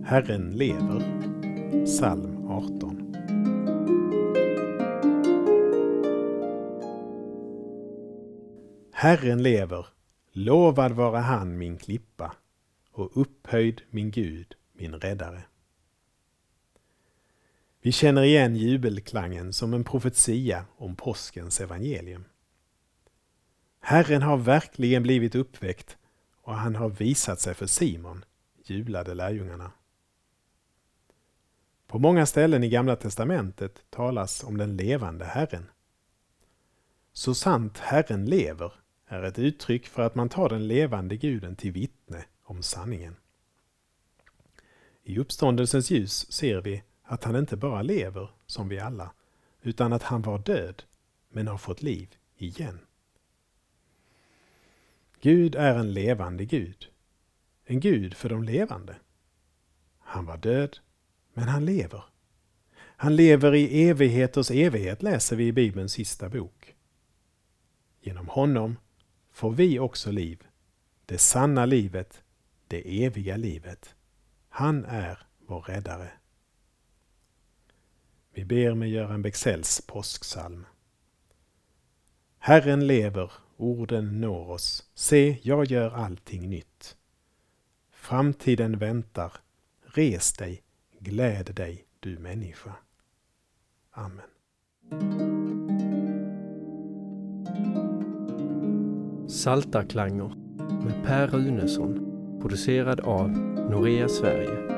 Herren lever. Psalm 18. Herren lever, lovad vare han min klippa, och upphöjd min Gud, min räddare. Vi känner igen jubelklangen som en profetia om påskens evangelium. Herren har verkligen blivit uppväckt och han har visat sig för Simon, jublade lärjungarna. På många ställen i Gamla testamentet talas om den levande Herren. Så sant Herren lever är ett uttryck för att man tar den levande Guden till vittne om sanningen. I uppståndelsens ljus ser vi att han inte bara lever som vi alla, utan att han var död men har fått liv igen. Gud är en levande Gud, en Gud för de levande. Han var död, men han lever. Han lever i evigheters evighet, läser vi i Bibelns sista bok. Genom honom får vi också liv, det sanna livet, det eviga livet. Han är vår räddare. Vi ber med Göran Bexells påsksalm. Herren lever, orden når oss. Se, jag gör allting nytt. Framtiden väntar. Res dig, gläd dig, du människa. Amen. Saltarklanger med Per Runesson, producerad av Norea Sverige.